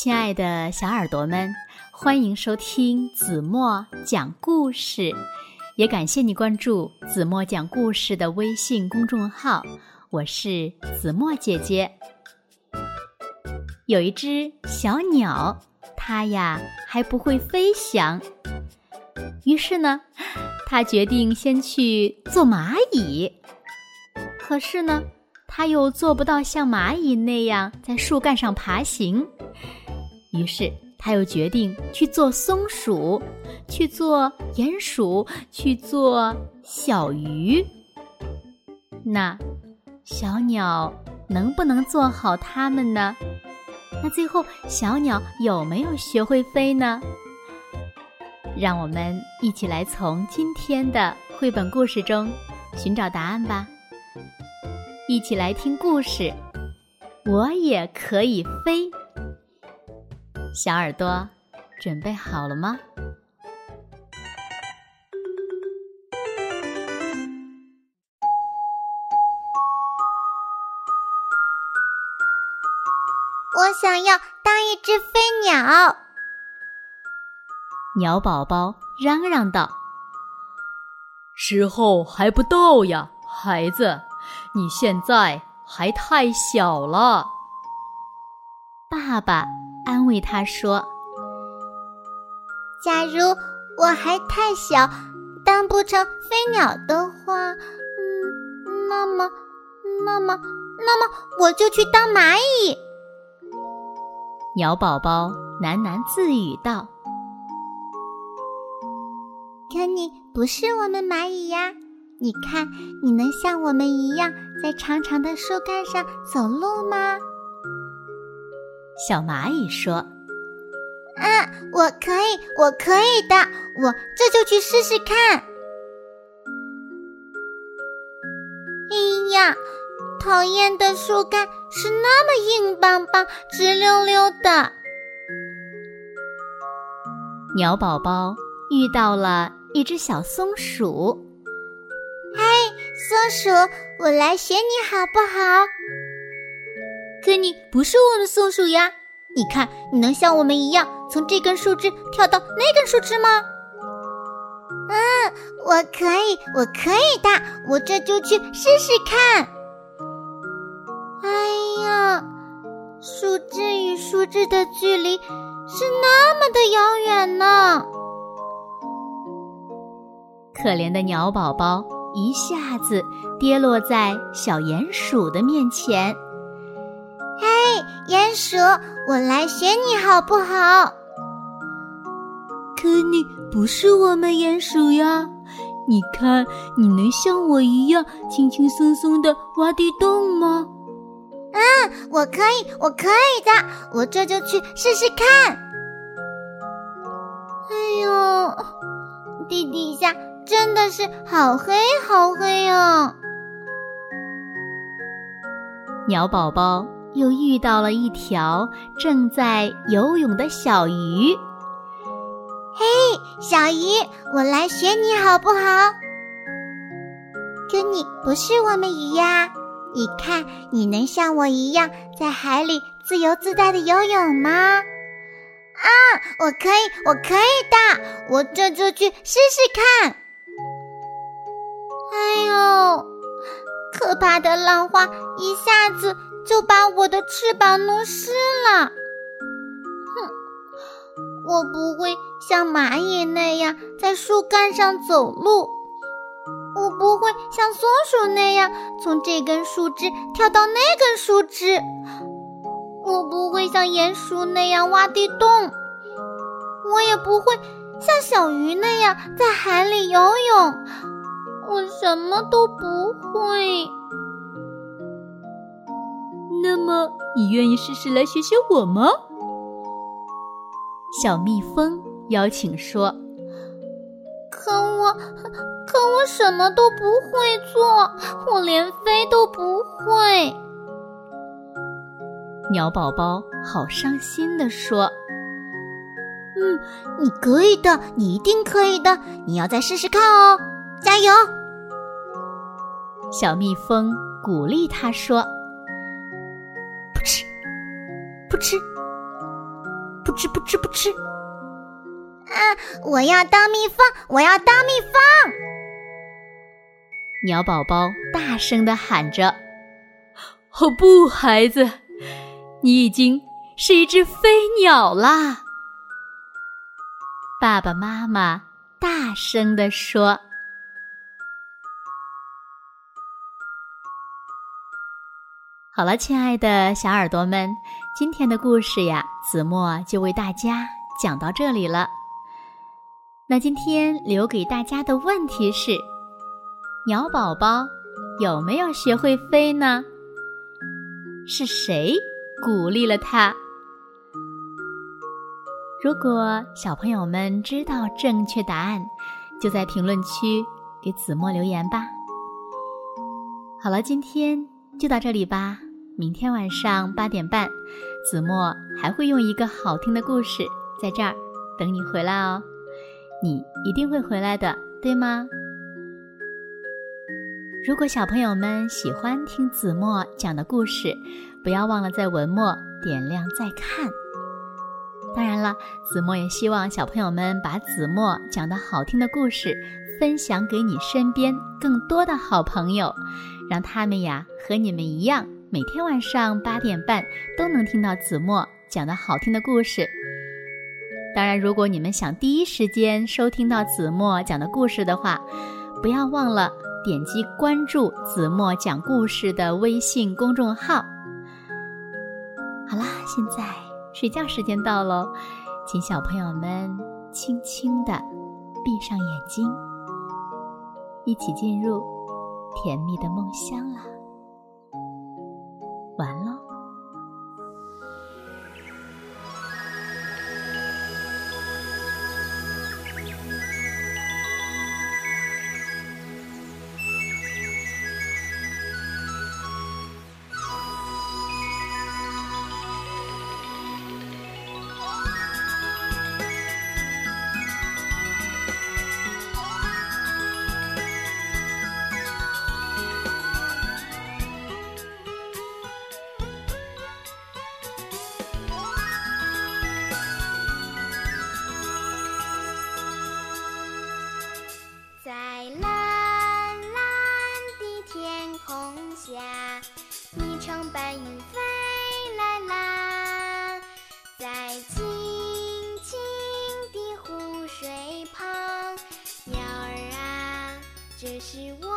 亲爱的小耳朵们，欢迎收听子墨讲故事，也感谢你关注子墨讲故事的微信公众号，我是子墨姐姐。有一只小鸟，它呀还不会飞翔，于是呢，它决定先去做蚂蚁。可是呢，它又做不到像蚂蚁那样在树干上爬行，于是它又决定去做松鼠，去做鼹鼠，去做小鱼。那小鸟能不能做好它们呢？那最后小鸟有没有学会飞呢？让我们一起来从今天的绘本故事中寻找答案吧。一起来听故事，我也可以飞。小耳朵准备好了吗？ 我想要当一只飞鸟。 鸟宝宝嚷嚷道：时候还不到呀，孩子，你现在还太小了。爸爸安慰他说： 假如我还太小，当不成飞鸟的话，那么我就去当蚂蚁。 鸟宝宝喃喃自语道： 可你不是我们蚂蚁呀，你看你能像我们一样在长长的树干上走路吗？ 小蚂蚁说： 我可以的，我这就去试试看。哎呀，讨厌的树干是那么硬邦邦、直溜溜的。 鸟宝宝遇到了一只小松鼠。 嘿，松鼠，我来学你好不好？可你不是我们松鼠呀，你看你能像我们一样从这根树枝跳到那根树枝吗？我可以的，我这就去试试看。哎呀，树枝与树枝的距离是那么的遥远呢。 可怜的鸟宝宝一下子跌落在小鼹鼠的面前。 嘿，鼹鼠，我来学你好不好？可你不是我们鼹鼠呀，你看你能像我一样轻轻松松地挖地洞吗？我可以的，我这就去试试看。哎呦，地底下真的是好黑好黑啊！ 鸟宝宝又遇到了一条正在游泳的小鱼。 嘿，小鱼，我来学你好不好？可你不是我们鱼呀，你看你能像我一样在海里自由自在的游泳吗？我可以的，我这就去试试看。哎呦，可怕的浪花一下子就把我的翅膀弄湿了。我不会像蚂蚁那样在树干上走路，我不会像松鼠那样从这根树枝跳到那根树枝，我不会像鼹鼠那样挖地洞，我也不会像小鱼那样在海里游泳，我什么都不会。 那么你愿意试试来学学我吗？小蜜蜂邀请说： 可我什么都不会做，我连飞都不会。 鸟宝宝好伤心地说： 你可以的，你一定可以的，你要再试试看哦，加油！ 小蜜蜂鼓励他说： 噗嗤噗嗤， 吃不吃？ 我要当蜜蜂，我要当蜜蜂！ 鸟宝宝大声地喊着。哦不，孩子，你已经是一只飞鸟啦！爸爸妈妈大声地说。好了，亲爱的小耳朵们，今天的故事呀，子墨就为大家讲到这里了。那今天留给大家的问题是，鸟宝宝有没有学会飞呢？是谁鼓励了他？如果小朋友们知道正确答案，就在评论区给子墨留言吧。好了，今天就到这里吧。明天晚上8点半，子墨还会用一个好听的故事在这儿等你回来哦。你一定会回来的，对吗？如果小朋友们喜欢听子墨讲的故事，不要忘了在文末点亮再看。当然了，子墨也希望小朋友们把子墨讲的好听的故事分享给你身边更多的好朋友，让他们呀和你们一样，每天晚上8点半都能听到子墨讲的好听的故事。当然，如果你们想第一时间收听到子墨讲的故事的话，不要忘了点击关注子墨讲故事的微信公众号。好啦，现在睡觉时间到喽，请小朋友们轻轻地闭上眼睛，一起进入甜蜜的梦乡了。完喽。 在蓝蓝的天空下，你乘白云飞来啦，在清清的湖水旁，鸟儿啊，这是我